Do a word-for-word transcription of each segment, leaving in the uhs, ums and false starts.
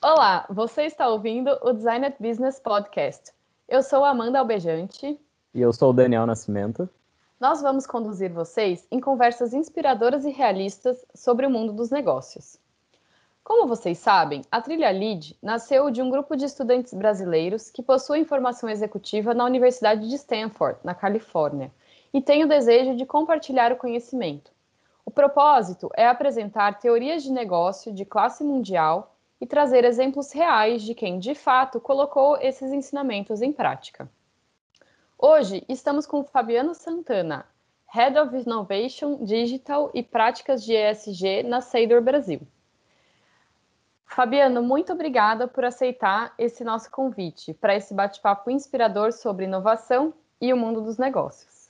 Olá, você está ouvindo o Designed Business Podcast. Eu sou Amanda Albejante. E eu sou o Daniel Nascimento. Nós vamos conduzir vocês em conversas inspiradoras e realistas sobre o mundo dos negócios. Como vocês sabem, a Trilha Lead nasceu de um grupo de estudantes brasileiros que possuem formação executiva na Universidade de Stanford, na Califórnia, e tem o desejo de compartilhar o conhecimento. O propósito é apresentar teorias de negócio de classe mundial e trazer exemplos reais de quem, de fato, colocou esses ensinamentos em prática. Hoje, estamos com o Fabiano Santana, Head of Innovation, Digital e Práticas de E S G na Seidor Brasil. Fabiano, muito obrigada por aceitar esse nosso convite para esse bate-papo inspirador sobre inovação e o mundo dos negócios.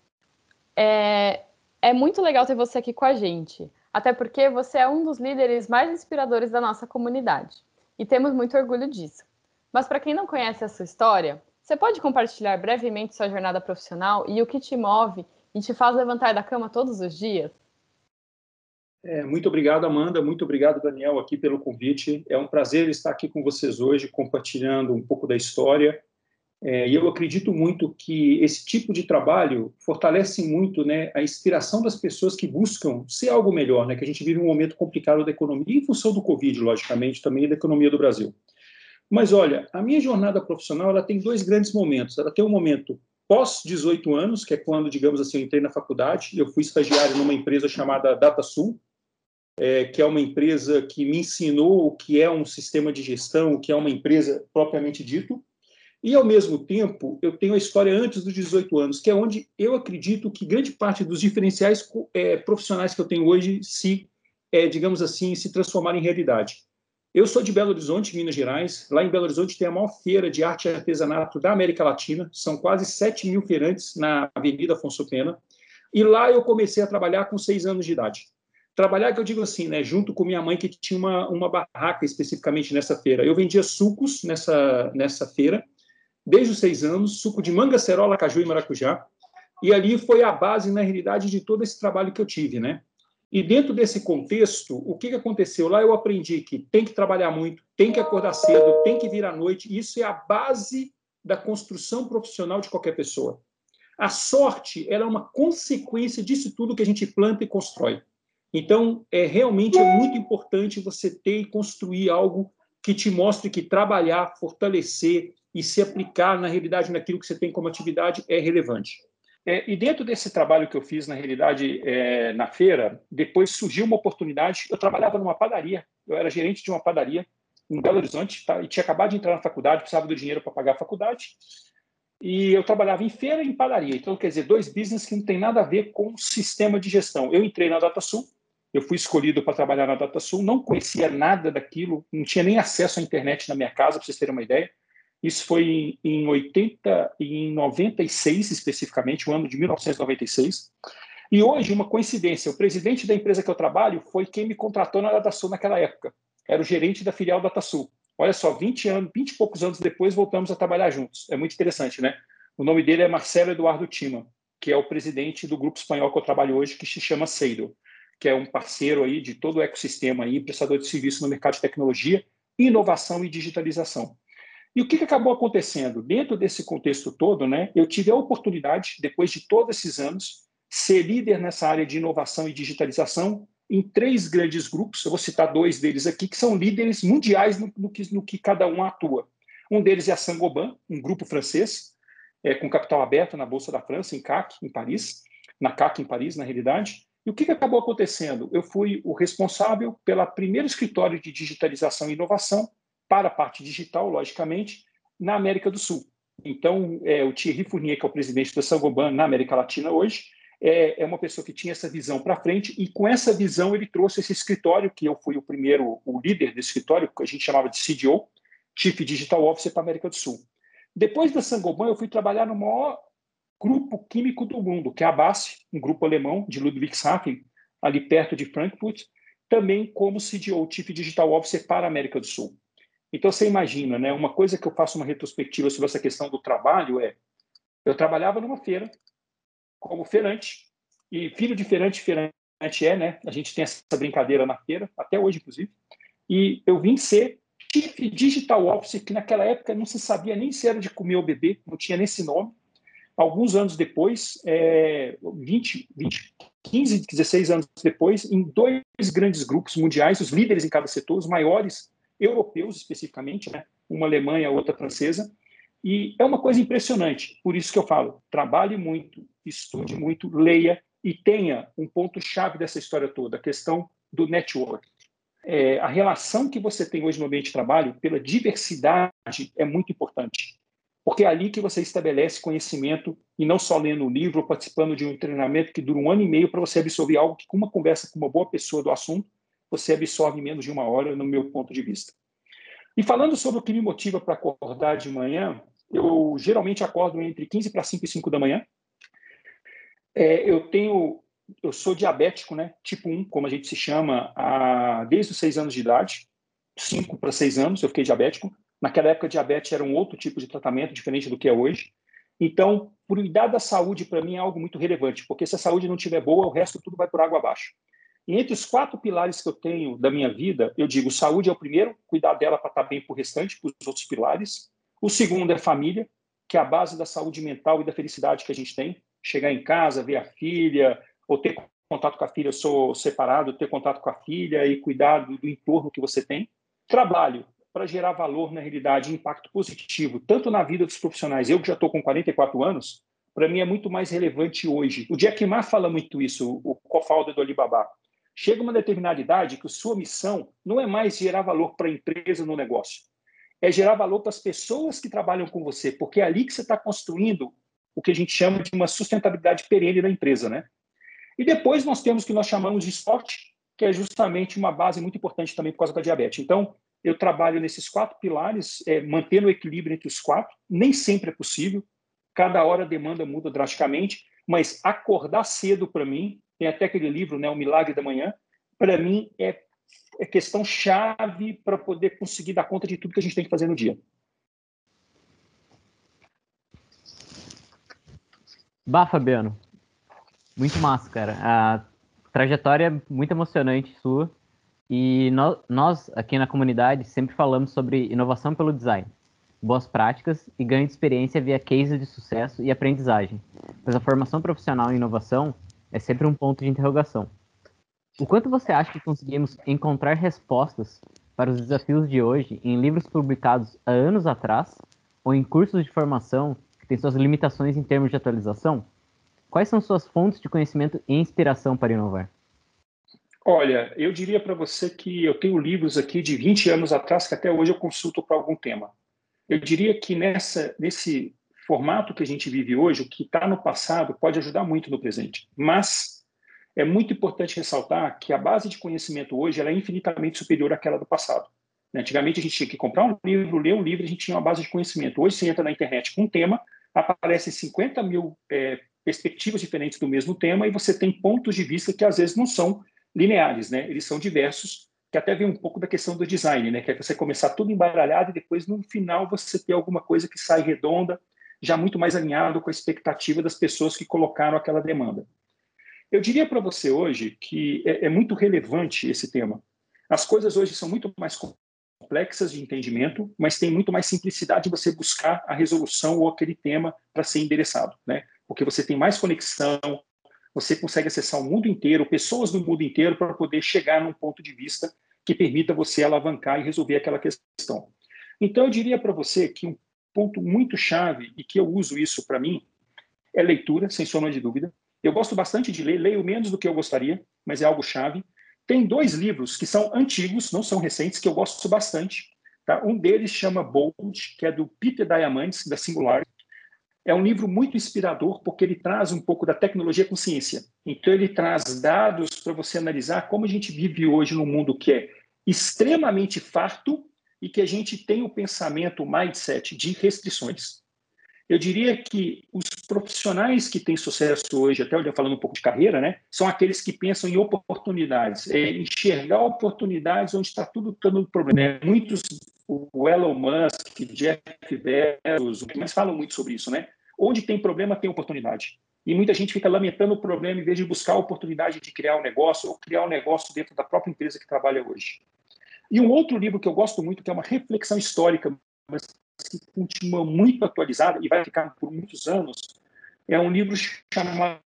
É, é muito legal ter você aqui com a gente, até porque você é um dos líderes mais inspiradores da nossa comunidade, e temos muito orgulho disso. Mas para quem não conhece a sua história, você pode compartilhar brevemente sua jornada profissional e o que te move e te faz levantar da cama todos os dias? É, muito obrigado, Amanda. Muito obrigado, Daniel, aqui pelo convite. É um prazer estar aqui com vocês hoje, compartilhando um pouco da história. É, e eu acredito muito que esse tipo de trabalho fortalece muito, né, a inspiração das pessoas que buscam ser algo melhor, né, que a gente vive um momento complicado da economia, em função do Covid, logicamente, também da economia do Brasil. Mas, olha, a minha jornada profissional ela tem dois grandes momentos. Ela tem um momento pós dezoito anos, que é quando, digamos assim, eu entrei na faculdade. Eu fui estagiário numa empresa chamada DataSul, É, que é uma empresa que me ensinou o que é um sistema de gestão, o que é uma empresa propriamente dito. E, ao mesmo tempo, eu tenho a história antes dos dezoito anos, que é onde eu acredito que grande parte dos diferenciais é, profissionais que eu tenho hoje se, é, digamos assim, se transformaram em realidade. Eu sou de Belo Horizonte, Minas Gerais. Lá em Belo Horizonte tem a maior feira de arte e artesanato da América Latina. São quase sete mil feirantes na Avenida Afonso Pena. E lá eu comecei a trabalhar com seis anos de idade. Trabalhar, que eu digo assim, né, junto com minha mãe, que tinha uma, uma barraca especificamente nessa feira. Eu vendia sucos nessa, nessa feira, desde os seis anos, suco de manga, acerola, caju e maracujá. E ali foi a base, na realidade, de todo esse trabalho que eu tive, né? E dentro desse contexto, o que, que aconteceu? Lá eu aprendi que tem que trabalhar muito, tem que acordar cedo, tem que vir à noite. Isso é a base da construção profissional de qualquer pessoa. A sorte ela é uma consequência disso tudo que a gente planta e constrói. Então, é, realmente é muito importante você ter e construir algo que te mostre que trabalhar, fortalecer e se aplicar na realidade naquilo que você tem como atividade é relevante. É, e dentro desse trabalho que eu fiz, na realidade, é, na feira, depois surgiu uma oportunidade. Eu trabalhava numa padaria, eu era gerente de uma padaria em Belo Horizonte, tá? E tinha acabado de entrar na faculdade, precisava do dinheiro para pagar a faculdade. E eu trabalhava em feira e em padaria. Então, quer dizer, dois business que não tem nada a ver com o sistema de gestão. Eu entrei na DataSul, eu fui escolhido para trabalhar na DataSul, não conhecia nada daquilo, não tinha nem acesso à internet na minha casa, para vocês terem uma ideia. Isso foi em oitenta, em noventa e seis, especificamente, o ano de mil novecentos e noventa e seis. E hoje, uma coincidência, o presidente da empresa que eu trabalho foi quem me contratou na DataSul naquela época. Era o gerente da filial DataSul. Olha só, vinte anos, vinte e poucos anos depois, voltamos a trabalhar juntos. É muito interessante, né? O nome dele é Marcelo Eduardo Tima, que é o presidente do grupo espanhol que eu trabalho hoje, que se chama Seidor, que é um parceiro aí de todo o ecossistema aí, prestador de serviço no mercado de tecnologia, inovação e digitalização. E o que, que acabou acontecendo? Dentro desse contexto todo, né, eu tive a oportunidade, depois de todos esses anos, ser líder nessa área de inovação e digitalização em três grandes grupos. Eu vou citar dois deles aqui, que são líderes mundiais no, no, que, no que cada um atua. Um deles é a Saint-Gobain, um grupo francês, é, com capital aberto na Bolsa da França, em C A C, em Paris, na C A C, em Paris, na realidade. E o que, que acabou acontecendo? Eu fui o responsável pelo primeiro escritório de digitalização e inovação para a parte digital, logicamente, na América do Sul. Então, é, o Thierry Fournier, que é o presidente da Saint-Gobain na América Latina hoje, é, é uma pessoa que tinha essa visão para frente, e com essa visão ele trouxe esse escritório, que eu fui o primeiro, o líder desse escritório, que a gente chamava de C D O, Chief Digital Officer para a América do Sul. Depois da Saint-Gobain, eu fui trabalhar no maior grupo químico do mundo, que é a B A S F, um grupo alemão de Ludwigshafen, ali perto de Frankfurt, também como C D O, Chief Digital Officer para a América do Sul. Então, você imagina, né? Uma coisa que eu faço uma retrospectiva sobre essa questão do trabalho é, eu trabalhava numa feira como feirante, e filho de feirante, feirante é, né? A gente tem essa brincadeira na feira, até hoje, inclusive, e eu vim ser Chief Digital Officer, que naquela época não se sabia nem se era de comer ou beber, não tinha nem esse nome. Alguns anos depois, é, vinte, vinte, quinze, dezesseis anos depois, em dois grandes grupos mundiais, os líderes em cada setor, os maiores, europeus especificamente, né? Uma Alemanha, outra francesa, e é uma coisa impressionante. Por isso que eu falo, trabalhe muito, estude muito, leia e tenha um ponto-chave dessa história toda, a questão do network. É, a relação que você tem hoje no ambiente de trabalho, pela diversidade, é muito importante. Porque é ali que você estabelece conhecimento e não só lendo um livro ou participando de um treinamento que dura um ano e meio para você absorver algo que, com uma conversa com uma boa pessoa do assunto, você absorve em menos de uma hora, no meu ponto de vista. E falando sobre o que me motiva para acordar de manhã, eu geralmente acordo entre quinze para cinco e cinco da manhã. É, eu tenho... Eu sou diabético, né? Tipo um, como a gente se chama, há, desde os seis anos de idade. cinco para seis anos eu fiquei diabético. Naquela época, diabetes era um outro tipo de tratamento, diferente do que é hoje. Então, cuidar da saúde, para mim, é algo muito relevante, porque se a saúde não estiver boa, o resto tudo vai por água abaixo. E entre os quatro pilares que eu tenho da minha vida, eu digo, saúde é o primeiro, cuidar dela para estar bem para o restante, para os outros pilares. O segundo é família, que é a base da saúde mental e da felicidade que a gente tem. Chegar em casa, ver a filha, ou ter contato com a filha, eu sou separado, ter contato com a filha e cuidar do, do entorno que você tem. Trabalho para gerar valor, na realidade, impacto positivo, tanto na vida dos profissionais. Eu que já estou com quarenta e quatro anos, para mim é muito mais relevante hoje. O Jack Ma fala muito isso, o co-founder do Alibaba. Chega uma determinada idade que a sua missão não é mais gerar valor para a empresa no negócio, é gerar valor para as pessoas que trabalham com você, porque é ali que você está construindo o que a gente chama de uma sustentabilidade perene da empresa, né? E depois nós temos o que nós chamamos de esporte, que é justamente uma base muito importante também por causa da diabetes. Então, eu trabalho nesses quatro pilares, é, mantendo o equilíbrio entre os quatro. Nem sempre é possível, cada hora a demanda muda drasticamente, mas acordar cedo para mim, tem até aquele livro, né, O Milagre da Manhã, para mim é, é questão chave para poder conseguir dar conta de tudo que a gente tem que fazer no dia. Bah, Fabiano, muito massa, cara. A trajetória é muito emocionante sua. E no, nós, aqui na comunidade, sempre falamos sobre inovação pelo design, boas práticas e ganho de experiência via cases de sucesso e aprendizagem, pois a formação profissional em inovação é sempre um ponto de interrogação. O quanto você acha que conseguimos encontrar respostas para os desafios de hoje em livros publicados há anos atrás ou em cursos de formação que têm suas limitações em termos de atualização? Quais são suas fontes de conhecimento e inspiração para inovar? Olha, eu diria para você que eu tenho livros aqui de vinte anos atrás que até hoje eu consulto para algum tema. Eu diria que nessa, nesse formato que a gente vive hoje, o que está no passado pode ajudar muito no presente. Mas é muito importante ressaltar que a base de conhecimento hoje ela é infinitamente superior àquela do passado. Antigamente a gente tinha que comprar um livro, ler um livro, a gente tinha uma base de conhecimento. Hoje você entra na internet com um tema, aparecem cinquenta mil é, perspectivas diferentes do mesmo tema e você tem pontos de vista que às vezes não são lineares, né? Eles são diversos, que até vem um pouco da questão do design, né? Que é você começar tudo embaralhado e depois, no final, você ter alguma coisa que sai redonda, já muito mais alinhado com a expectativa das pessoas que colocaram aquela demanda. Eu diria para você hoje que é, é muito relevante esse tema. As coisas hoje são muito mais complexas de entendimento, mas tem muito mais simplicidade de você buscar a resolução ou aquele tema para ser endereçado, né? Porque você tem mais conexão, você consegue acessar o mundo inteiro, pessoas do mundo inteiro, para poder chegar num ponto de vista que permita você alavancar e resolver aquela questão. Então, eu diria para você que um ponto muito chave, e que eu uso isso para mim, é leitura, sem sombra de dúvida. Eu gosto bastante de ler, leio menos do que eu gostaria, mas é algo chave. Tem dois livros que são antigos, não são recentes, que eu gosto bastante. Tá? Um deles chama Bold, que é do Peter Diamandis, da Singularity. É um livro muito inspirador porque ele traz um pouco da tecnologia com ciência. Então, ele traz dados para você analisar como a gente vive hoje num mundo que é extremamente farto e que a gente tem o pensamento, o mindset de restrições. Eu diria que os profissionais que têm sucesso hoje, até eu falando um pouco de carreira, né, são aqueles que pensam em oportunidades, é enxergar oportunidades onde está tudo dando problema. Muitos, o Elon Musk, Jeff Bezos, mas falam muito sobre isso, né? Onde tem problema, tem oportunidade. E muita gente fica lamentando o problema em vez de buscar a oportunidade de criar um negócio ou criar um negócio dentro da própria empresa que trabalha hoje. E um outro livro que eu gosto muito, que é uma reflexão histórica, mas que continua muito atualizada e vai ficar por muitos anos, é um livro chamado,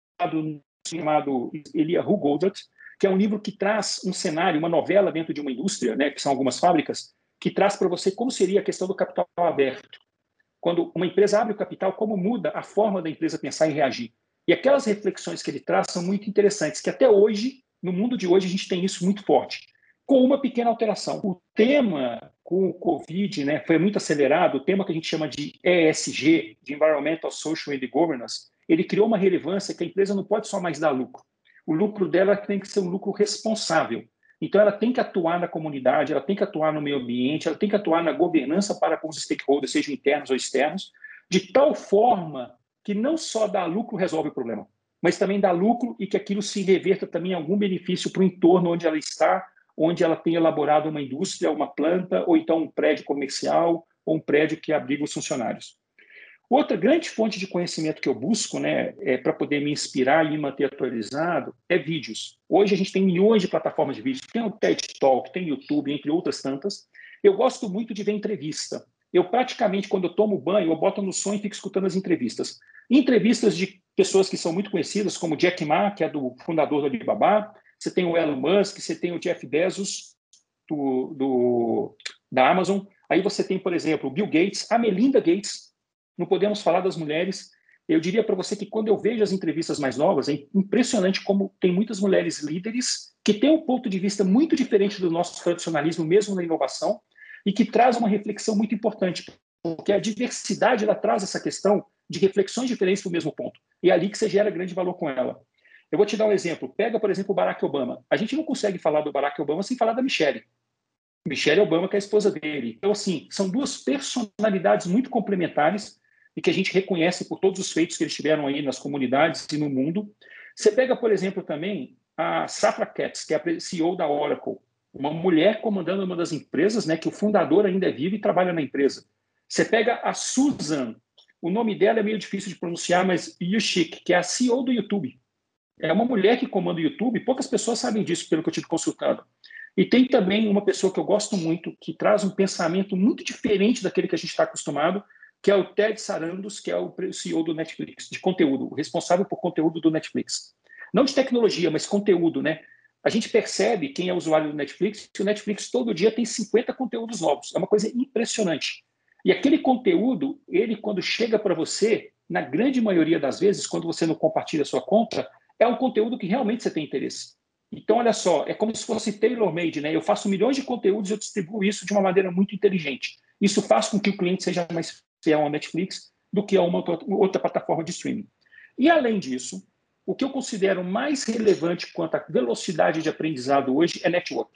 chamado Eliyahu Goldratt, que é um livro que traz um cenário, uma novela dentro de uma indústria, né, que são algumas fábricas, que traz para você como seria a questão do capital aberto. Quando uma empresa abre o capital, como muda a forma da empresa pensar e reagir. E aquelas reflexões que ele traz são muito interessantes, que até hoje, no mundo de hoje, a gente tem isso muito forte, com uma pequena alteração. O tema com o Covid, né, foi muito acelerado, o tema que a gente chama de E S G, de Environmental, Social and Governance, ele criou uma relevância que a empresa não pode só mais dar lucro. O lucro dela tem que ser um lucro responsável. Então, ela tem que atuar na comunidade, ela tem que atuar no meio ambiente, ela tem que atuar na governança para com os stakeholders, sejam internos ou externos, de tal forma que não só dar lucro resolve o problema, mas também dá lucro e que aquilo se reverta também em algum benefício para o entorno onde ela está, onde ela tem elaborado uma indústria, uma planta, ou então um prédio comercial, ou um prédio que abriga os funcionários. Outra grande fonte de conhecimento que eu busco, né, é, para poder me inspirar e me manter atualizado, é vídeos. Hoje a gente tem milhões de plataformas de vídeos, tem o TED Talk, tem o YouTube, entre outras tantas. Eu gosto muito de ver entrevista. Eu praticamente, quando eu tomo banho, eu boto no som e fico escutando as entrevistas. Entrevistas de pessoas que são muito conhecidas, como Jack Ma, que é do fundador do Alibaba, você tem o Elon Musk, você tem o Jeff Bezos, do, do, da Amazon. Aí você tem, por exemplo, o Bill Gates, a Melinda Gates. Não podemos falar das mulheres. Eu diria para você que quando eu vejo as entrevistas mais novas, é impressionante como tem muitas mulheres líderes que têm um ponto de vista muito diferente do nosso tradicionalismo, mesmo na inovação, e que traz uma reflexão muito importante, porque a diversidade ela traz essa questão de reflexões diferentes para o mesmo ponto. E é ali que você gera grande valor com ela. Eu vou te dar um exemplo. Pega, por exemplo, o Barack Obama. A gente não consegue falar do Barack Obama sem falar da Michelle. Michelle Obama, que é a esposa dele. Então, assim, são duas personalidades muito complementares e que a gente reconhece por todos os feitos que eles tiveram aí nas comunidades e no mundo. Você pega, por exemplo, também a Safra Catz, que é a C E O da Oracle, uma mulher comandando uma das empresas, né, que o fundador ainda é vivo e trabalha na empresa. Você pega a Susan, o nome dela é meio difícil de pronunciar, mas Yushik, que é a C E O do YouTube. É uma mulher que comanda o YouTube, poucas pessoas sabem disso, pelo que eu tive consultado. E tem também uma pessoa que eu gosto muito, que traz um pensamento muito diferente daquele que a gente está acostumado, que é o Ted Sarandos, que é o C E O do Netflix, de conteúdo, o responsável por conteúdo do Netflix. Não de tecnologia, mas conteúdo, né? A gente percebe, quem é usuário do Netflix, que o Netflix todo dia tem cinquenta conteúdos novos. É uma coisa impressionante. E aquele conteúdo, ele quando chega para você, na grande maioria das vezes, quando você não compartilha a sua conta, é um conteúdo que realmente você tem interesse. Então, olha só, é como se fosse tailor-made, né? Eu faço milhões de conteúdos e eu distribuo isso de uma maneira muito inteligente. Isso faz com que o cliente seja mais fiel ao Netflix do que a uma outra plataforma de streaming. E, além disso, o que eu considero mais relevante quanto à velocidade de aprendizado hoje é network.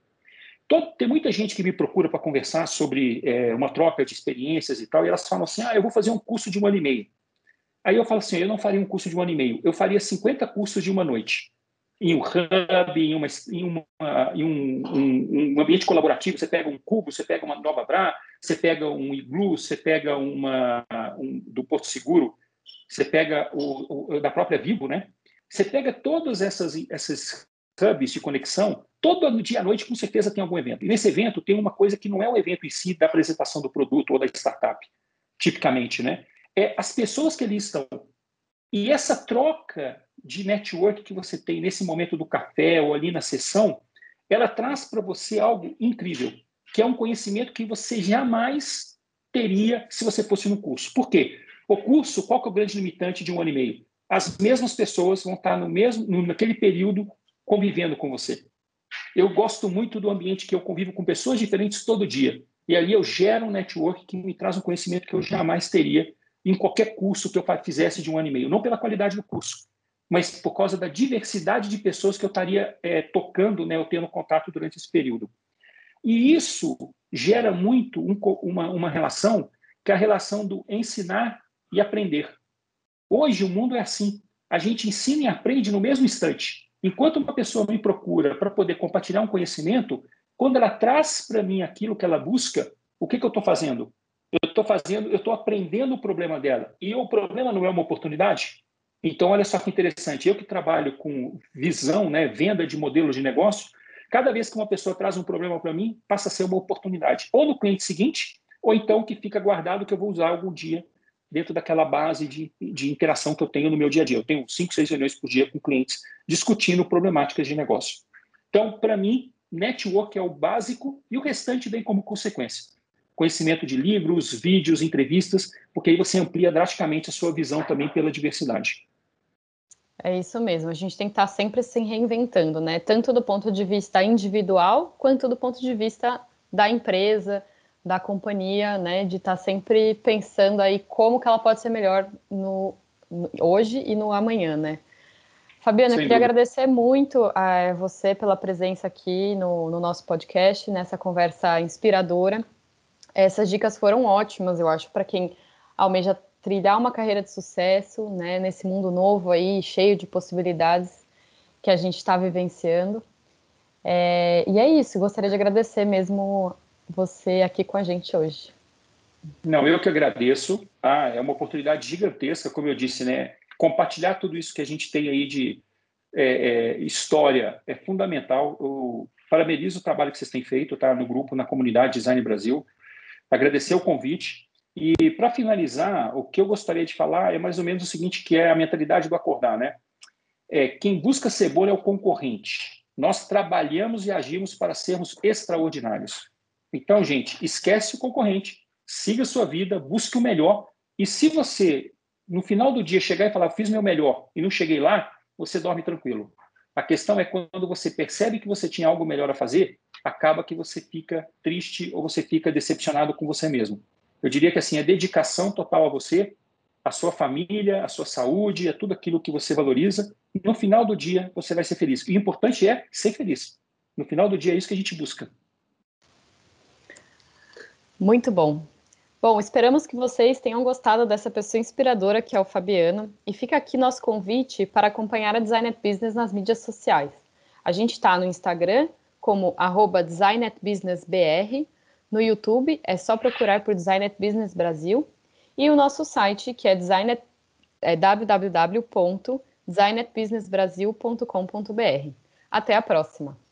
Então, tem muita gente que me procura para conversar sobre é, uma troca de experiências e tal, e elas falam assim, ah, eu vou fazer um curso de um ano e meio. Aí eu falo assim, eu não faria um curso de um ano e meio, eu faria cinquenta cursos de uma noite. Em um hub, em, uma, em, uma, em um, um, um ambiente colaborativo, você pega um Cubo, você pega uma Nova Bra, você pega um Iglu, você pega uma um, do Porto Seguro, você pega o, o, da própria Vivo, né? Você pega todas essas, essas hubs de conexão, todo dia à noite com certeza tem algum evento. E nesse evento tem uma coisa que não é o evento em si da apresentação do produto ou da startup, tipicamente, né? É as pessoas que ali estão. E essa troca de network que você tem nesse momento do café ou ali na sessão, ela traz para você algo incrível, que é um conhecimento que você jamais teria se você fosse no curso. Por quê? O curso, qual que é o grande limitante de um ano e meio? As mesmas pessoas vão estar no mesmo, naquele período convivendo com você. Eu gosto muito do ambiente que eu convivo com pessoas diferentes todo dia. E aí eu gero um network que me traz um conhecimento que eu jamais teria em qualquer curso que eu fizesse de um ano e meio. Não pela qualidade do curso, mas por causa da diversidade de pessoas que eu estaria é, tocando, né, eu tendo contato durante esse período. E isso gera muito um, uma, uma relação, que é a relação do ensinar e aprender. Hoje o mundo é assim. A gente ensina e aprende no mesmo instante. Enquanto uma pessoa me procura para poder compartilhar um conhecimento, quando ela traz para mim aquilo que ela busca, o que, que eu estou fazendo? Eu estou fazendo, eu estou aprendendo o problema dela. E o problema não é uma oportunidade? Então, olha só que interessante. Eu que trabalho com visão, né, venda de modelos de negócio, cada vez que uma pessoa traz um problema para mim, passa a ser uma oportunidade. Ou no cliente seguinte, ou então que fica guardado que eu vou usar algum dia dentro daquela base de, de interação que eu tenho no meu dia a dia. Eu tenho cinco, seis reuniões por dia com clientes discutindo problemáticas de negócio. Então, para mim, network é o básico e o restante vem como consequência. Conhecimento de livros, vídeos, entrevistas, porque aí você amplia drasticamente a sua visão também pela diversidade. É isso mesmo, a gente tem que estar sempre se reinventando, né? Tanto do ponto de vista individual, quanto do ponto de vista da empresa, da companhia, né? De estar sempre pensando aí como que ela pode ser melhor no, no hoje e no amanhã, né? Fabiana, eu Sem queria dúvida. agradecer muito a você pela presença aqui no, no nosso podcast, nessa conversa inspiradora. Essas dicas foram ótimas, eu acho, para quem almeja trilhar uma carreira de sucesso, né, nesse mundo novo aí, cheio de possibilidades que a gente está vivenciando. É, e é isso, gostaria de agradecer mesmo você aqui com a gente hoje. Não, eu que agradeço. Ah, é uma oportunidade gigantesca, como eu disse, né? Compartilhar tudo isso que a gente tem aí de é, é, história é fundamental. Eu parabenizo o trabalho que vocês têm feito, tá? No grupo, na comunidade Design Brasil. Agradecer o convite. E, para finalizar, o que eu gostaria de falar é mais ou menos o seguinte, que é a mentalidade do acordar, né? É, quem busca ser bom é o concorrente. Nós trabalhamos e agimos para sermos extraordinários. Então, gente, esquece o concorrente, siga a sua vida, busque o melhor. E se você, no final do dia, chegar e falar, fiz meu melhor e não cheguei lá, você dorme tranquilo. A questão é quando você percebe que você tinha algo melhor a fazer, acaba que você fica triste ou você fica decepcionado com você mesmo. Eu diria que assim, a dedicação total a você, a sua família, a sua saúde, a tudo aquilo que você valoriza, e no final do dia você vai ser feliz. E o importante é ser feliz. No final do dia é isso que a gente busca. Muito bom. Bom, esperamos que vocês tenham gostado dessa pessoa inspiradora que é o Fabiano. E fica aqui nosso convite para acompanhar a Design at Business nas mídias sociais. A gente está no Instagram como arroba Design at Business B R. No YouTube é só procurar por Design at Business Brasil. E o nosso site, que é, design at, é w w w ponto design at business brasil ponto com ponto b r. Até a próxima!